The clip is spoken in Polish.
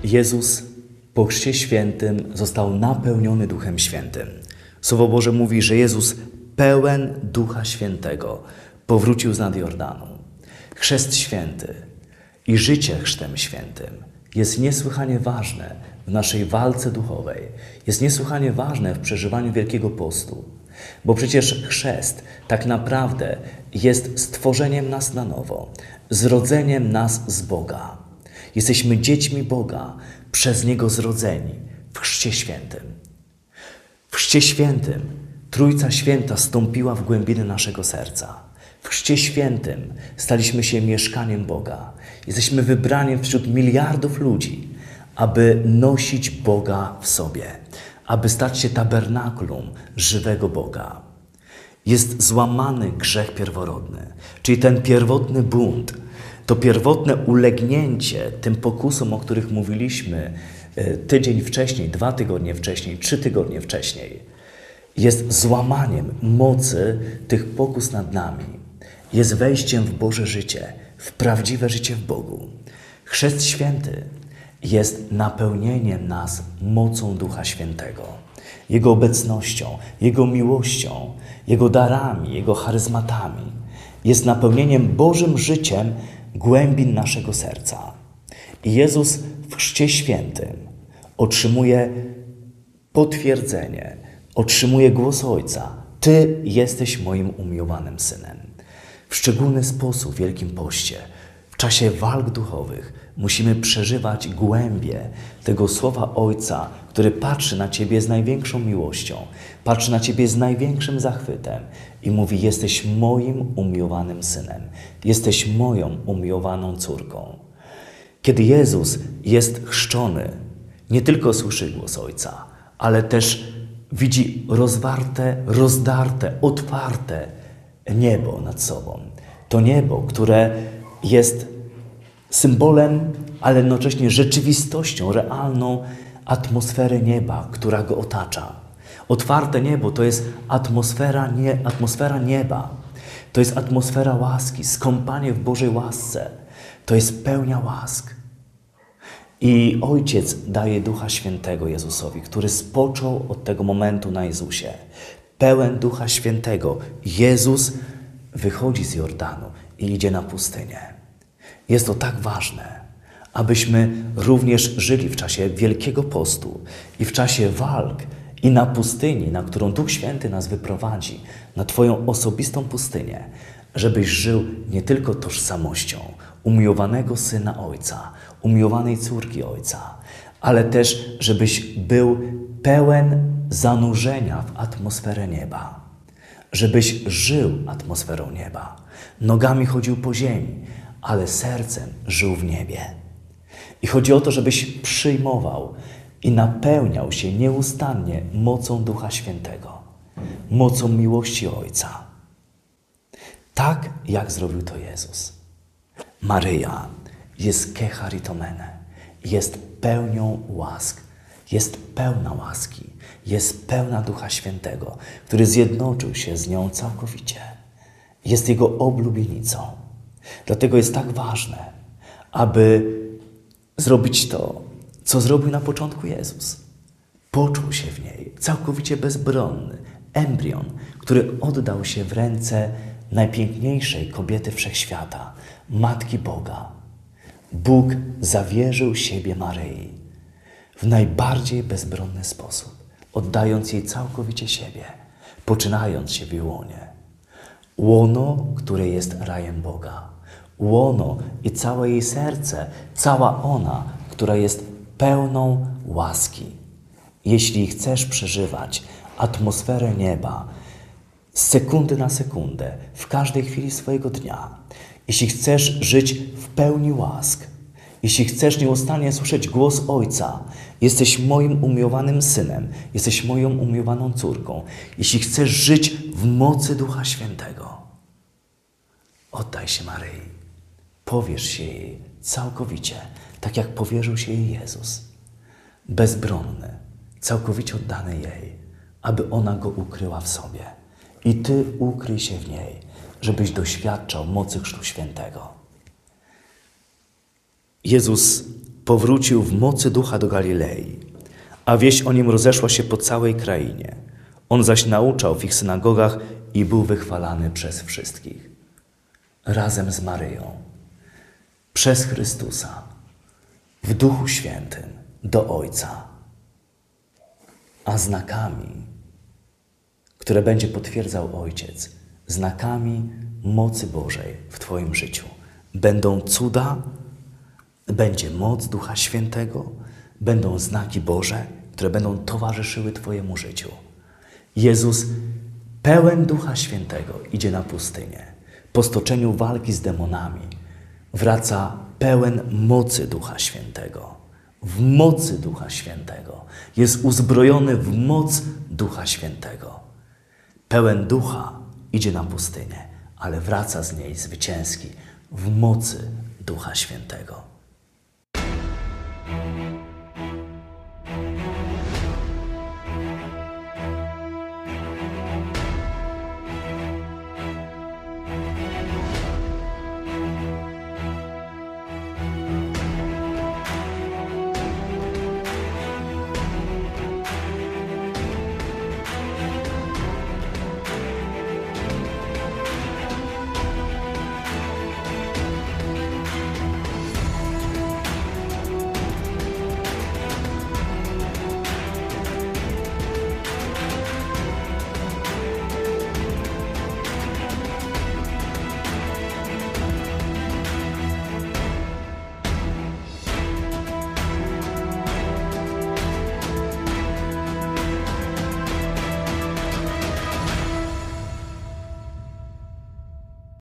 Jezus po Chrzcie Świętym został napełniony Duchem Świętym. Słowo Boże mówi, że Jezus pełen Ducha Świętego powrócił z nad Jordanu. Chrzest Święty i życie chrztem świętym jest niesłychanie ważne w naszej walce duchowej. Jest niesłychanie ważne w przeżywaniu Wielkiego Postu. Bo przecież chrzest tak naprawdę jest stworzeniem nas na nowo, zrodzeniem nas z Boga. Jesteśmy dziećmi Boga, przez Niego zrodzeni w Chrzcie Świętym. W Chrzcie Świętym Trójca Święta stąpiła w głębiny naszego serca. W Chrzcie Świętym staliśmy się mieszkaniem Boga. Jesteśmy wybraniem wśród miliardów ludzi, aby nosić Boga w sobie, aby stać się tabernakulum żywego Boga. Jest złamany grzech pierworodny, czyli ten pierwotny bunt, to pierwotne ulegnięcie tym pokusom, o których mówiliśmy tydzień wcześniej, 2 tygodnie wcześniej, 3 tygodnie wcześniej, jest złamaniem mocy tych pokus nad nami. Jest wejściem w Boże życie, w prawdziwe życie w Bogu. Chrzest Święty jest napełnieniem nas mocą Ducha Świętego, Jego obecnością, Jego miłością, Jego darami, Jego charyzmatami. Jest napełnieniem Bożym życiem głębin naszego serca. I Jezus w Chrzcie Świętym otrzymuje potwierdzenie, otrzymuje głos Ojca. Ty jesteś moim umiłowanym Synem. W szczególny sposób w Wielkim Poście, w czasie walk duchowych musimy przeżywać głębie tego słowa Ojca, który patrzy na Ciebie z największą miłością, patrzy na Ciebie z największym zachwytem i mówi: jesteś moim umiłowanym Synem, jesteś moją umiłowaną córką. Kiedy Jezus jest chrzczony, nie tylko słyszy głos Ojca, ale też widzi rozwarte, rozdarte, otwarte niebo nad sobą. To niebo, które jest symbolem, ale jednocześnie rzeczywistością, realną atmosfery nieba, która go otacza. Otwarte niebo to jest atmosfera nieba. To jest atmosfera łaski, skąpanie w Bożej łasce. To jest pełnia łask. I Ojciec daje Ducha Świętego Jezusowi, który spoczął od tego momentu na Jezusie. Pełen Ducha Świętego Jezus wychodzi z Jordanu i idzie na pustynię. Jest to tak ważne, abyśmy również żyli w czasie Wielkiego Postu i w czasie walk i na pustyni, na którą Duch Święty nas wyprowadzi, na Twoją osobistą pustynię, żebyś żył nie tylko tożsamością umiłowanego Syna Ojca, umiłowanej córki Ojca, ale też żebyś był pełen zanurzenia w atmosferę nieba. Żebyś żył atmosferą nieba. Nogami chodził po ziemi, ale sercem żył w niebie. I chodzi o to, żebyś przyjmował i napełniał się nieustannie mocą Ducha Świętego, mocą miłości Ojca. Tak, jak zrobił to Jezus. Maryja jest kecharitomene, jest pełnią łask, jest pełna łaski, jest pełna Ducha Świętego, który zjednoczył się z nią całkowicie. Jest Jego oblubienicą. Dlatego jest tak ważne, aby zrobić to, co zrobił na początku Jezus. Poczuł się w niej, całkowicie bezbronny, embrion, który oddał się w ręce najpiękniejszej kobiety wszechświata, Matki Boga. Bóg zawierzył siebie Maryi w najbardziej bezbronny sposób, oddając jej całkowicie siebie, poczynając się w jej łonie. Łono, które jest rajem Boga. Łono i całe jej serce, cała ona, która jest pełną łaski. Jeśli chcesz przeżywać atmosferę nieba z sekundy na sekundę, w każdej chwili swojego dnia, jeśli chcesz żyć w pełni łask, jeśli chcesz nieustannie słyszeć głos Ojca, jesteś moim umiłowanym Synem, jesteś moją umiłowaną córką, jeśli chcesz żyć w mocy Ducha Świętego, oddaj się Maryi. Powierz się jej całkowicie, tak jak powierzył się jej Jezus. Bezbronny, całkowicie oddany jej, aby ona go ukryła w sobie. I Ty ukryj się w niej, żebyś doświadczał mocy Chrztu Świętego. Jezus powrócił w mocy Ducha do Galilei, a wieść o nim rozeszła się po całej krainie. On zaś nauczał w ich synagogach i był wychwalany przez wszystkich. Razem z Maryją, przez Chrystusa, w Duchu Świętym, do Ojca. A znakami, które będzie potwierdzał Ojciec, znakami mocy Bożej w Twoim życiu, będą cuda, będzie moc Ducha Świętego, będą znaki Boże, które będą towarzyszyły Twojemu życiu. Jezus, pełen Ducha Świętego, idzie na pustynię. Po stoczeniu walki z demonami wraca pełen mocy Ducha Świętego. W mocy Ducha Świętego. Jest uzbrojony w moc Ducha Świętego. Pełen Ducha idzie na pustynię, ale wraca z niej zwycięski w mocy Ducha Świętego.